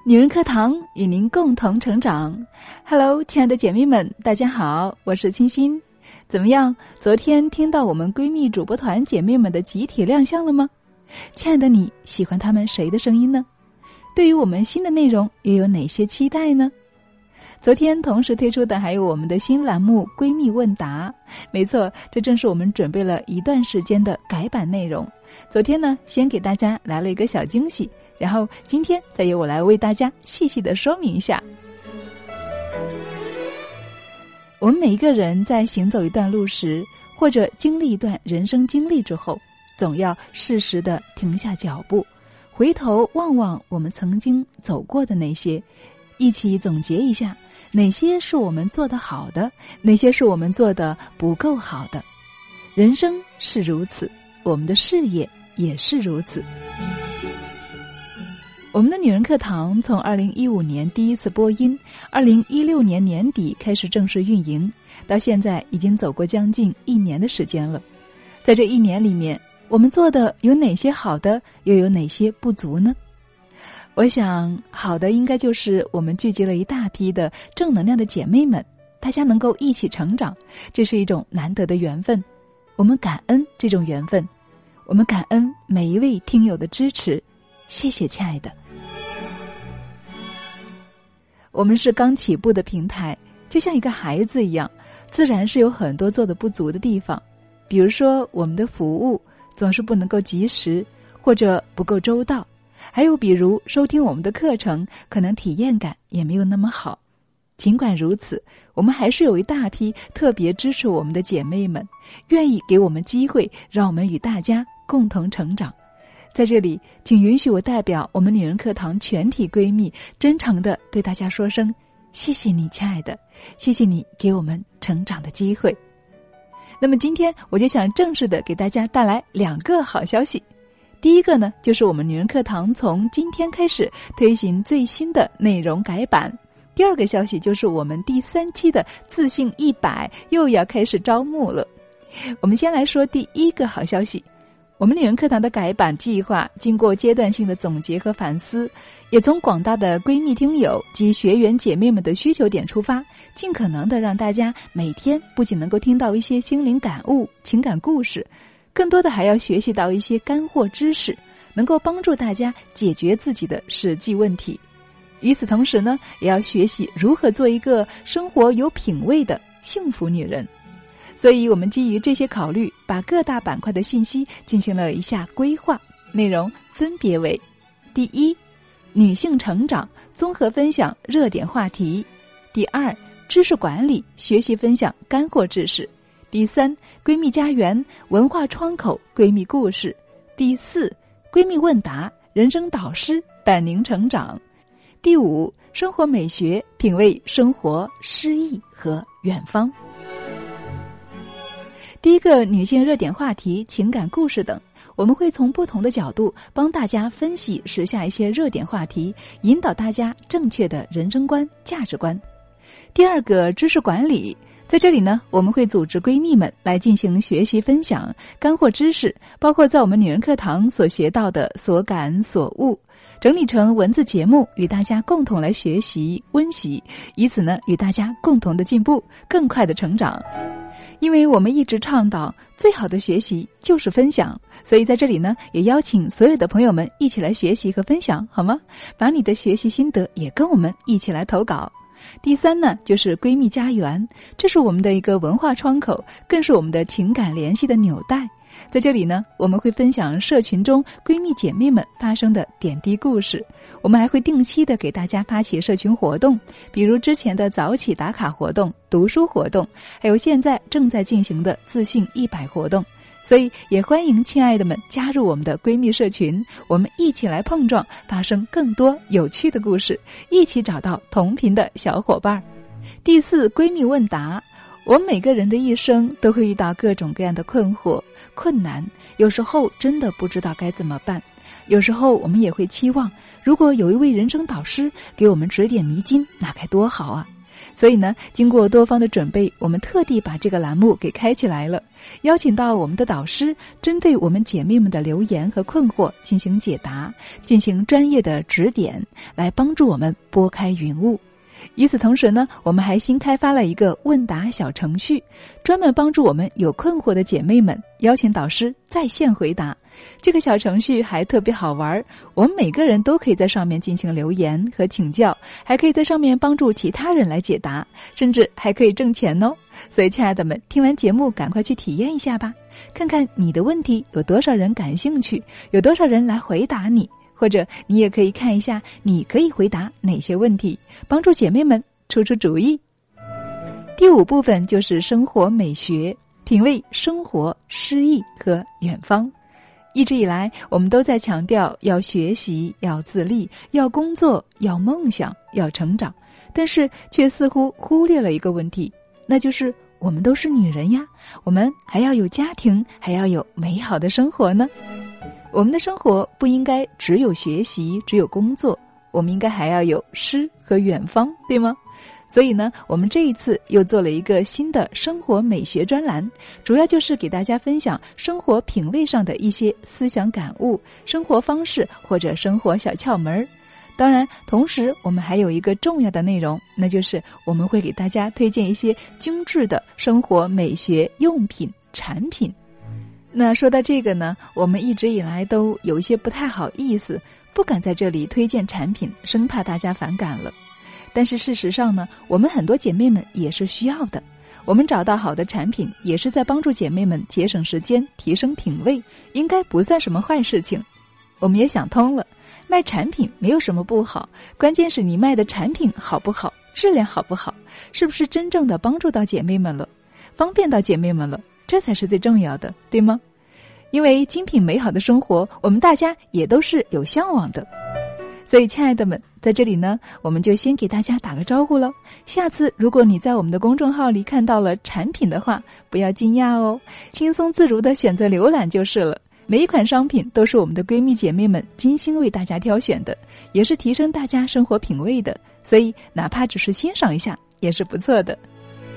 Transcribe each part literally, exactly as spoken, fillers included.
女人课堂与您共同成长。 Hello， 亲爱的姐妹们，大家好，我是清新。怎么样，昨天听到我们闺蜜主播团姐妹们的集体亮相了吗？亲爱的，你喜欢她们谁的声音呢？对于我们新的内容又有哪些期待呢？昨天同时推出的还有我们的新栏目闺蜜问答，没错，这正是我们准备了一段时间的改版内容。昨天呢，先给大家来了一个小惊喜，然后今天再由我来为大家细细的说明一下。我们每一个人在行走一段路时，或者经历一段人生经历之后，总要适时的停下脚步，回头望望我们曾经走过的那些，一起总结一下哪些是我们做得好的，哪些是我们做得不够好的。人生是如此，我们的事业也是如此。我们的女人课堂从二零一五年第一次播音，二零一六年年底开始正式运营，到现在已经走过将近一年的时间了。在这一年里面，我们做的有哪些好的，又有哪些不足呢？我想好的应该就是我们聚集了一大批的正能量的姐妹们，大家能够一起成长，这是一种难得的缘分，我们感恩这种缘分，我们感恩每一位听友的支持，谢谢亲爱的。我们是刚起步的平台，就像一个孩子一样，自然是有很多做的不足的地方，比如说我们的服务总是不能够及时，或者不够周到，还有比如收听我们的课程，可能体验感也没有那么好。尽管如此，我们还是有一大批特别支持我们的姐妹们，愿意给我们机会，让我们与大家共同成长。在这里，请允许我代表我们女人课堂全体闺蜜，真诚地对大家说声谢谢你，亲爱的，谢谢你给我们成长的机会。那么今天我就想正式地给大家带来两个好消息。第一个呢，就是我们女人课堂从今天开始推行最新的内容改版。第二个消息就是我们第三期的自信一百又要开始招募了。我们先来说第一个好消息，我们女人课堂的改版计划经过阶段性的总结和反思，也从广大的闺蜜听友及学员姐妹们的需求点出发，尽可能的让大家每天不仅能够听到一些心灵感悟、情感故事，更多的还要学习到一些干货知识，能够帮助大家解决自己的实际问题。与此同时呢，也要学习如何做一个生活有品味的幸福女人。所以我们基于这些考虑，把各大板块的信息进行了一下规划，内容分别为：第一，女性成长综合分享热点话题；第二，知识管理学习分享干货知识；第三，闺蜜家园文化窗口闺蜜故事；第四，闺蜜问答人生导师伴您成长；第五，生活美学品味生活诗意和远方。第一个，女性热点话题、情感故事等，我们会从不同的角度帮大家分析时下一些热点话题，引导大家正确的人生观、价值观。第二个，知识管理，在这里呢，我们会组织闺蜜们来进行学习分享干货知识，包括在我们女人课堂所学到的所感所悟，整理成文字节目，与大家共同来学习温习，以此呢，与大家共同的进步，更快的成长。因为我们一直倡导最好的学习就是分享，所以在这里呢，也邀请所有的朋友们一起来学习和分享，好吗？把你的学习心得也跟我们一起来投稿。第三呢，就是闺蜜家园，这是我们的一个文化窗口，更是我们的情感联系的纽带。在这里呢，我们会分享社群中闺蜜姐妹们发生的点滴故事，我们还会定期的给大家发起社群活动，比如之前的早起打卡活动、读书活动，还有现在正在进行的自信一百活动。所以也欢迎亲爱的们加入我们的闺蜜社群，我们一起来碰撞，发生更多有趣的故事，一起找到同频的小伙伴。第四，闺蜜问答，我们每个人的一生都会遇到各种各样的困惑、困难，有时候真的不知道该怎么办，有时候我们也会期望，如果有一位人生导师给我们指点迷津，那该多好啊！所以呢，经过多方的准备，我们特地把这个栏目给开起来了， 邀请到我们的导师针对我们姐妹们的留言和困惑进行解答，进行专业的指点，来帮助我们拨开云雾。与此同时呢，我们还新开发了一个问答小程序，专门帮助我们有困惑的姐妹们邀请导师在线回答。这个小程序还特别好玩，我们每个人都可以在上面进行留言和请教，还可以在上面帮助其他人来解答，甚至还可以挣钱哦。所以亲爱的们，听完节目赶快去体验一下吧，看看你的问题有多少人感兴趣，有多少人来回答你，或者你也可以看一下你可以回答哪些问题，帮助姐妹们出出主意。第五部分就是生活美学，品味生活诗意和远方。一直以来我们都在强调要学习，要自立，要工作，要梦想，要成长，但是却似乎忽略了一个问题，那就是我们都是女人呀，我们还要有家庭，还要有美好的生活呢。我们的生活不应该只有学习，只有工作，我们应该还要有诗和远方，对吗？所以呢，我们这一次又做了一个新的生活美学专栏，主要就是给大家分享生活品味上的一些思想感悟、生活方式或者生活小窍门。当然，同时我们还有一个重要的内容，那就是我们会给大家推荐一些精致的生活美学用品产品。那说到这个呢，我们一直以来都有一些不太好意思，不敢在这里推荐产品，生怕大家反感了。但是事实上呢，我们很多姐妹们也是需要的，我们找到好的产品也是在帮助姐妹们节省时间，提升品味，应该不算什么坏事情。我们也想通了，卖产品没有什么不好，关键是你卖的产品好不好，质量好不好，是不是真正的帮助到姐妹们了，方便到姐妹们了，这才是最重要的，对吗？因为精品美好的生活，我们大家也都是有向往的。所以亲爱的们，在这里呢，我们就先给大家打个招呼了。下次如果你在我们的公众号里看到了产品的话，不要惊讶哦，轻松自如地选择浏览就是了。每一款商品都是我们的闺蜜姐妹们精心为大家挑选的，也是提升大家生活品味的，所以哪怕只是欣赏一下也是不错的。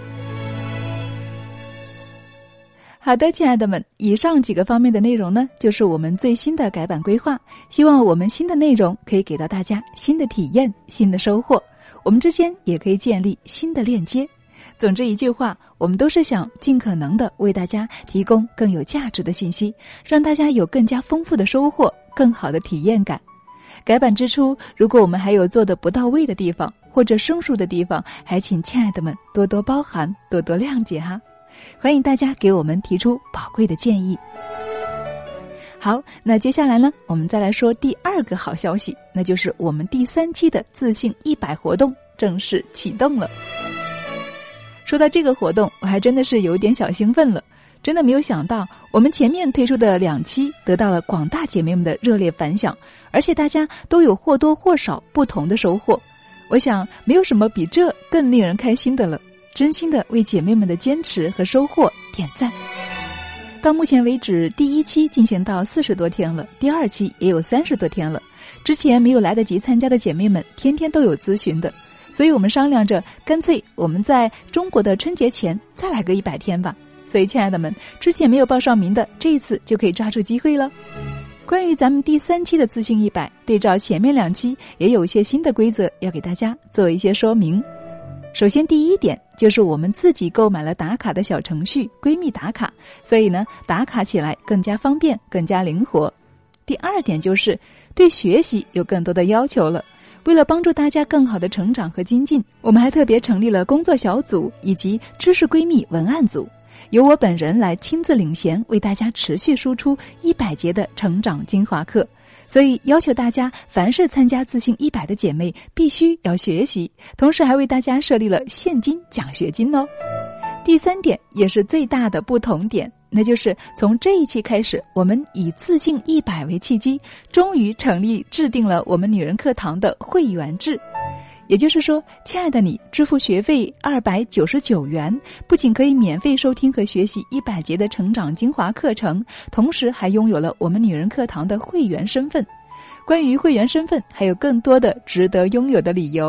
好的，亲爱的们，以上几个方面的内容呢，就是我们最新的改版规划，希望我们新的内容可以给到大家新的体验，新的收获，我们之间也可以建立新的链接。总之一句话，我们都是想尽可能的为大家提供更有价值的信息，让大家有更加丰富的收获，更好的体验感。改版之初，如果我们还有做的不到位的地方，或者生疏的地方，还请亲爱的们多多包涵，多多谅解哈。欢迎大家给我们提出宝贵的建议。好，那接下来呢，我们再来说第二个好消息，那就是我们第三期的自信一百活动正式启动了。说到这个活动，我还真的是有点小兴奋了，真的没有想到我们前面推出的两期得到了广大姐妹们的热烈反响，而且大家都有或多或少不同的收获。我想没有什么比这更令人开心的了，真心的为姐妹们的坚持和收获点赞。到目前为止，第一期进行到四十多天了，第二期也有三十多天了。之前没有来得及参加的姐妹们，天天都有咨询的，所以我们商量着，干脆我们在中国的春节前再来个一百天吧。所以亲爱的们，之前没有报上名的，这一次就可以抓住机会了。关于咱们第三期的自信一百，对照前面两期，也有一些新的规则要给大家做一些说明。首先第一点就是我们自己购买了打卡的小程序闺蜜打卡，所以呢打卡起来更加方便，更加灵活。第二点就是对学习有更多的要求了，为了帮助大家更好的成长和精进，我们还特别成立了工作小组以及知识闺蜜文案组，由我本人来亲自领衔，为大家持续输出一百节的成长精华课。所以要求大家凡是参加自信一百的姐妹必须要学习，同时还为大家设立了现金奖学金哦。第三点也是最大的不同点，那就是从这一期开始，我们以自信一百为契机，终于成立制定了我们女人课堂的会员制。也就是说，亲爱的你支付学费二百九十九元，不仅可以免费收听和学习一百节的成长精华课程，同时还拥有了我们女人课堂的会员身份。关于会员身份，还有更多的值得拥有的理由。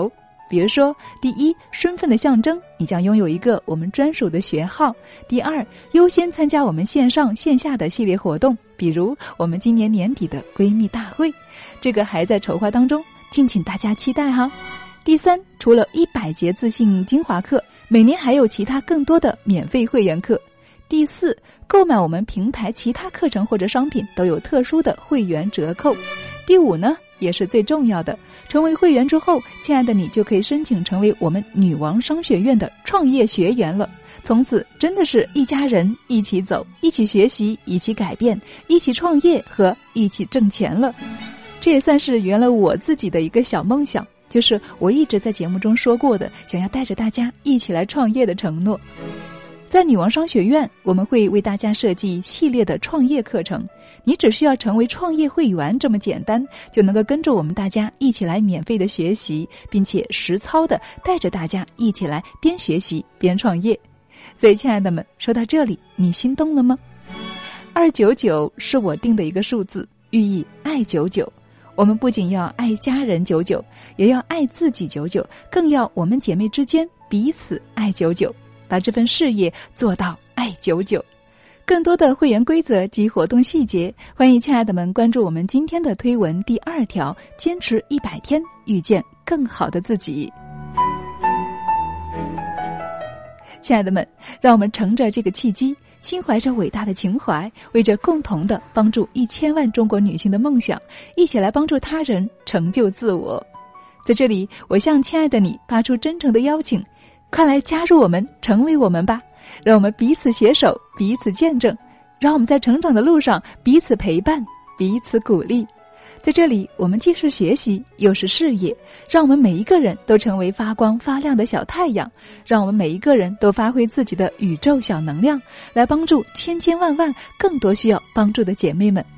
比如说，第一，身份的象征，你将拥有一个我们专属的学号；第二，优先参加我们线上线下的系列活动，比如我们今年年底的闺蜜大会，这个还在筹划当中，敬请大家期待哈。第三，除了一百节自信精华课，每年还有其他更多的免费会员课。第四，购买我们平台其他课程或者商品都有特殊的会员折扣。第五呢，也是最重要的，成为会员之后，亲爱的你就可以申请成为我们女王商学院的创业学员了。从此真的是一家人一起走，一起学习，一起改变，一起创业和一起挣钱了。这也算是圆了我自己的一个小梦想，就是我一直在节目中说过的，想要带着大家一起来创业的承诺。在女王商学院，我们会为大家设计系列的创业课程，你只需要成为创业会员这么简单，就能够跟着我们大家一起来免费的学习，并且实操的带着大家一起来边学习边创业。所以亲爱的们，说到这里，你心动了吗？二九九是我定的一个数字，寓意爱九九。我们不仅要爱家人九九，也要爱自己九九，更要我们姐妹之间彼此爱九九，把这份事业做到爱九九。更多的会员规则及活动细节，欢迎亲爱的们关注我们今天的推文第二条，坚持一百天，遇见更好的自己。亲爱的们，让我们乘着这个契机，心怀着伟大的情怀，为着共同的帮助一千万中国女性的梦想，一起来帮助他人成就自我。在这里，我向亲爱的你发出真诚的邀请，快来加入我们，成为我们吧！让我们彼此携手，彼此见证，让我们在成长的路上彼此陪伴，彼此鼓励。在这里，我们既是学习，又是事业，让我们每一个人都成为发光发亮的小太阳，让我们每一个人都发挥自己的宇宙小能量，来帮助千千万万更多需要帮助的姐妹们。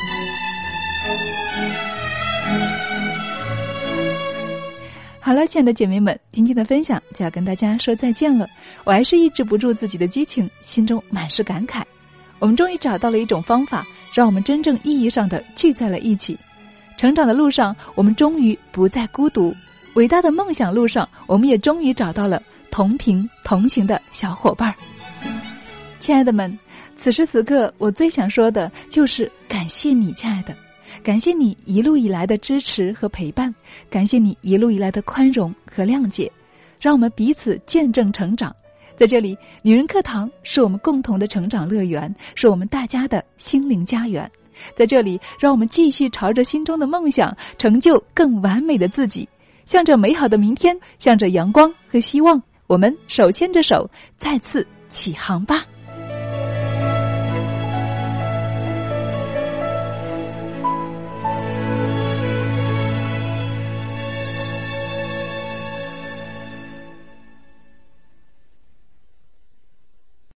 好了，亲爱的姐妹们，今天的分享就要跟大家说再见了。我还是抑制不住自己的激情，心中满是感慨。我们终于找到了一种方法，让我们真正意义上的聚在了一起。成长的路上，我们终于不再孤独；伟大的梦想路上，我们也终于找到了同频同行的小伙伴。亲爱的们，此时此刻，我最想说的就是感谢你，亲爱的。感谢你一路以来的支持和陪伴，感谢你一路以来的宽容和谅解，让我们彼此见证成长。在这里，女人课堂是我们共同的成长乐园，是我们大家的心灵家园。在这里，让我们继续朝着心中的梦想，成就更完美的自己，向着美好的明天，向着阳光和希望，我们手牵着手，再次起航吧。